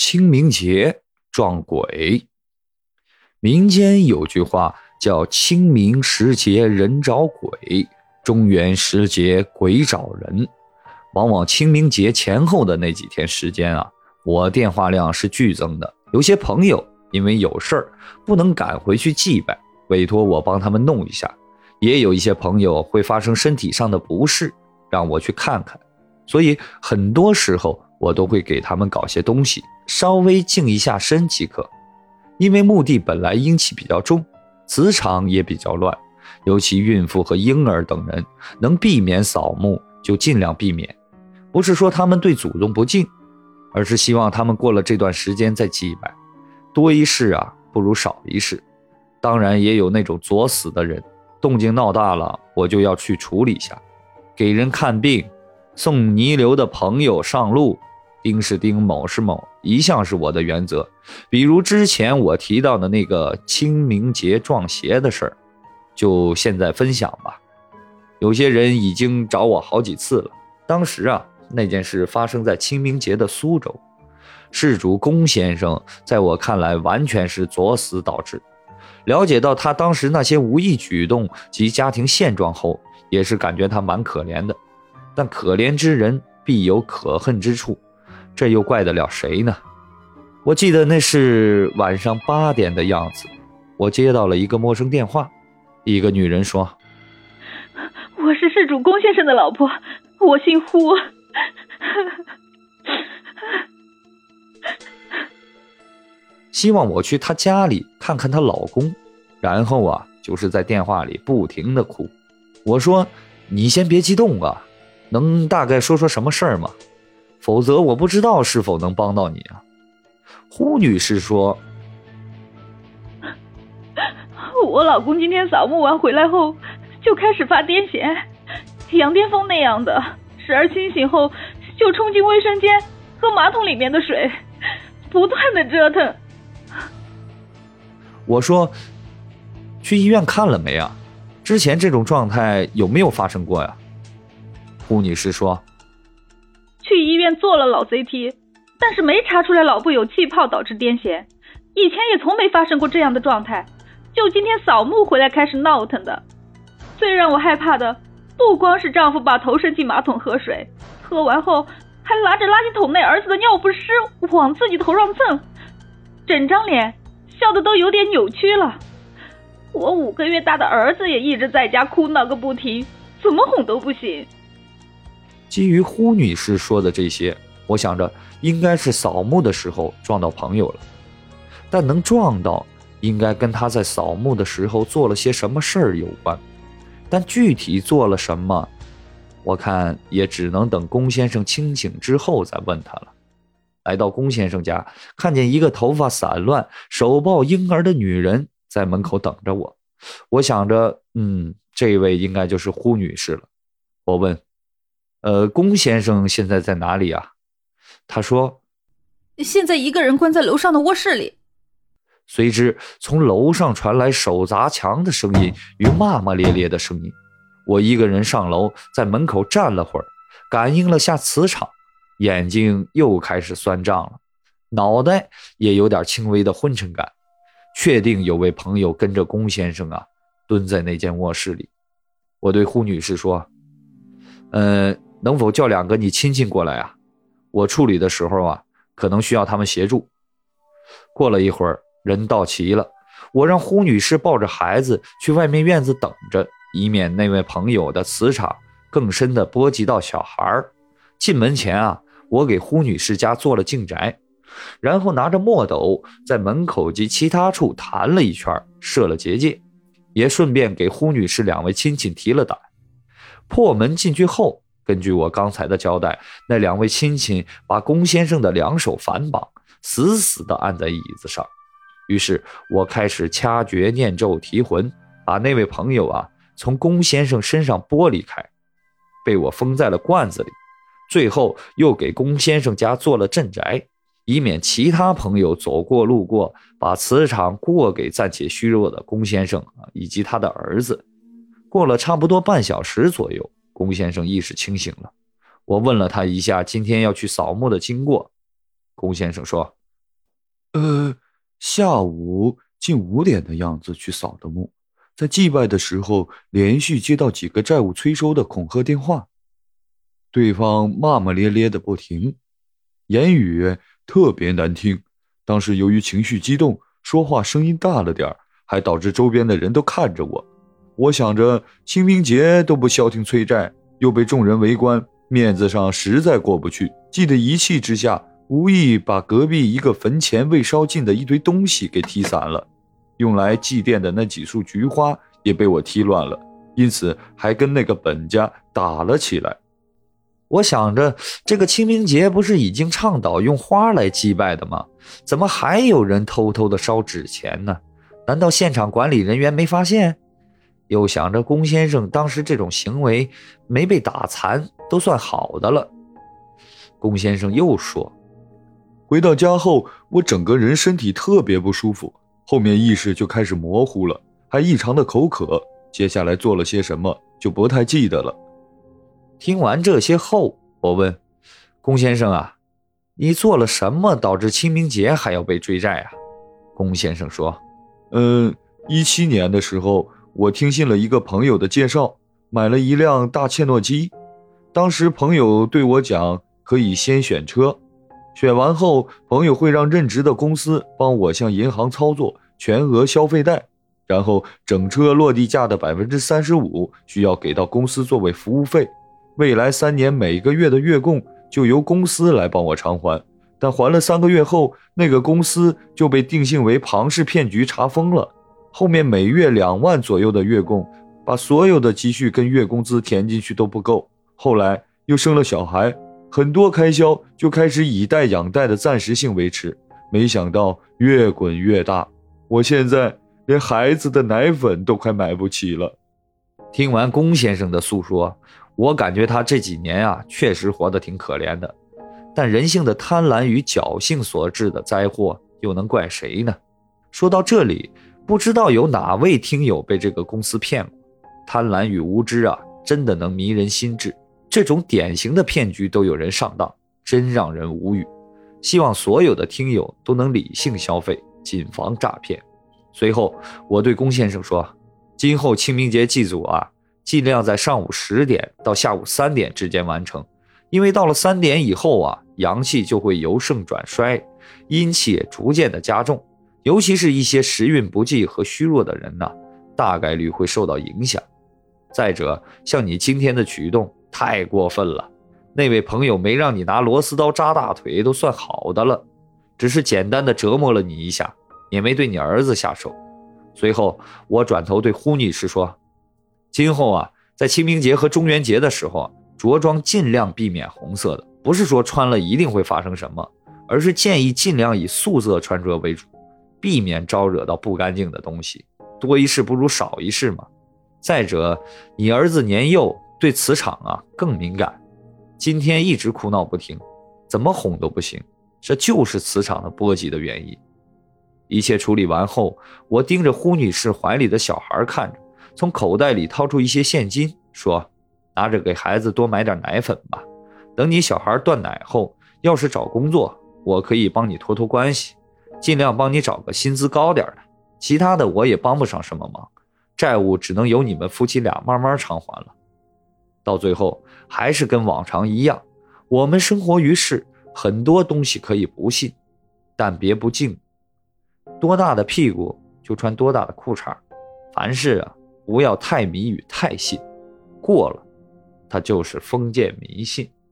清明节撞鬼。民间有句话叫清明时节人找鬼，中元时节鬼找人。往往清明节前后的那几天时间啊，我电话量是剧增的。有些朋友因为有事儿不能赶回去祭拜，委托我帮他们弄一下。也有一些朋友会发生身体上的不适，让我去看看。所以很多时候我都会给他们搞些东西，稍微静一下身即可。因为墓地本来阴气比较重，磁场也比较乱，尤其孕妇和婴儿等人，能避免扫墓就尽量避免。不是说他们对祖宗不敬，而是希望他们过了这段时间再祭拜。多一事啊，不如少一事。当然也有那种作死的人，动静闹大了，我就要去处理一下，给人看病，送泥流的朋友上路，丁是丁，卯是卯，一向是我的原则。比如之前我提到的那个清明节撞邪的事儿，就现在分享吧。有些人已经找我好几次了。当时啊，那件事发生在清明节的苏州，事主龚先生在我看来完全是作死导致。了解到他当时那些无意举动及家庭现状后，也是感觉他蛮可怜的。但可怜之人必有可恨之处，这又怪得了谁呢？我记得那是晚上8点的样子，我接到了一个陌生电话。一个女人说： 我是事主龚先生的老婆，我姓胡。 希望我去她家里看看她老公，然后啊，就是在电话里不停地哭。我说：你先别激动啊，能大概说说什么事儿吗？否则我不知道是否能帮到你啊。胡女士说： 我老公今天扫墓完回来后就开始发癫痫，羊癫疯那样的，时而清醒后就冲进卫生间喝马桶里面的水，不断的折腾。 我说：去医院看了没啊？之前这种状态有没有发生过呀？胡女士说： 去医院做了脑 CT， 但是没查出来脑部有气泡导致癫痫，以前也从没发生过这样的状态，就今天扫墓回来开始闹腾的。最让我害怕的不光是丈夫把头伸进马桶喝水，喝完后还拿着垃圾桶内儿子的尿不湿往自己头上蹭，整张脸笑得都有点扭曲了。我5个月大的儿子也一直在家哭闹个不停，怎么哄都不行。 基于胡女士说的这些，我想着应该是扫墓的时候撞到朋友了，但能撞到应该跟她在扫墓的时候做了些什么事儿有关，但具体做了什么，我看也只能等龚先生清醒之后再问他了。来到龚先生家，看见一个头发散乱手抱婴儿的女人在门口等着我。我想着这位应该就是胡女士了。我问：龚先生现在在哪里啊？他说： 现在一个人关在楼上的卧室里。 随之从楼上传来手砸墙的声音与骂骂咧咧的声音。我一个人上楼，在门口站了会儿，感应了下磁场，眼睛又开始酸胀了，脑袋也有点轻微的昏沉感，确定有位朋友跟着龚先生啊蹲在那间卧室里。我对胡女士说：能否叫2个你亲戚过来啊？我处理的时候啊，可能需要他们协助。过了一会儿，人到齐了，我让胡女士抱着孩子去外面院子等着，以免那位朋友的磁场更深地波及到小孩。进门前啊，我给胡女士家做了净宅，然后拿着墨斗在门口及其他处弹了一圈，设了结界，也顺便给胡女士2位亲戚提了胆。破门进去后，根据我刚才的交代，那2位亲戚把龚先生的2手反绑，死死地按在椅子上。于是我开始掐诀念咒提魂，把那位朋友啊从龚先生身上剥离开，被我封在了罐子里。最后又给龚先生家做了镇宅，以免其他朋友走过路过把磁场过给暂且虚弱的龚先生以及他的儿子。过了差不多半小时左右，龚先生意识清醒了。我问了他一下今天要去扫墓的经过，龚先生说： 下午近5点的样子去扫的墓，在祭拜的时候连续接到几个债务催收的恐吓电话，对方骂骂咧咧的不停，言语特别难听。当时由于情绪激动，说话声音大了点，还导致周边的人都看着我。我想着清明节都不消停催债，又被众人围观，面子上实在过不去，气得一气之下，无意把隔壁一个坟前未烧尽的一堆东西给踢散了，用来祭奠的那几束菊花也被我踢乱了，因此还跟那个本家打了起来。 我想着这个清明节不是已经倡导用花来祭拜的吗？怎么还有人偷偷的烧纸钱呢？难道现场管理人员没发现？又想着龚先生当时这种行为没被打残都算好的了。龚先生又说， 回到家后，我整个人身体特别不舒服，后面意识就开始模糊了，还异常的口渴，接下来做了些什么就不太记得了。 听完这些后，我问龚先生啊，你做了什么导致清明节还要被追债啊？龚先生说 17年的时候，我听信了一个朋友的介绍，买了一辆大切诺基。当时朋友对我讲，可以先选车，选完后朋友会让任职的公司帮我向银行操作全额消费贷，然后整车落地价的 35% 需要给到公司作为服务费，未来3年每个月的月供就由公司来帮我偿还，但还了3个月后，那个公司就被定性为庞氏骗局查封了，后面每月2万左右的月供，把所有的积蓄跟月工资填进去都不够，后来又生了小孩，很多开销就开始以贷养贷的暂时性维持，没想到越滚越大，我现在连孩子的奶粉都快买不起了。 听完龚先生的诉说，我感觉他这几年啊确实活得挺可怜的，但人性的贪婪与侥幸所致的灾祸又能怪谁呢？说到这里，不知道有哪位听友被这个公司骗过。贪婪与无知啊，真的能迷人心智，这种典型的骗局都有人上当，真让人无语。希望所有的听友都能理性消费，谨防诈骗。随后我对龚先生说，今后清明节祭祖啊，尽量在上午10点到下午3点之间完成，因为到了3点以后啊，阳气就会由盛转衰，阴气也逐渐的加重，尤其是一些时运不济和虚弱的人大概率会受到影响。再者，像你今天的举动太过分了，那位朋友没让你拿螺丝刀扎大腿都算好的了，只是简单的折磨了你一下，也没对你儿子下手。随后我转头对呼女士说，今后啊，在清明节和中元节的时候着装尽量避免红色的，不是说穿了一定会发生什么，而是建议尽量以素色穿着为主，避免招惹到不干净的东西，多一事不如少一事嘛。再者，你儿子年幼，对磁场更敏感，今天一直哭闹不停，怎么哄都不行，这就是磁场的波及的原因。一切处理完后，我盯着呼女士怀里的小孩看着，从口袋里掏出一些现金，说，拿着给孩子多买点奶粉吧，等你小孩断奶后，要是找工作，我可以帮你托托关系，尽量帮你找个薪资高点的，其他的我也帮不上什么忙，债务只能由你们夫妻俩慢慢偿还了。到最后还是跟往常一样，我们生活于世，很多东西可以不信，但别不敬。多大的屁股就穿多大的裤衩，凡事不要太迷与太信，过了它就是封建迷信。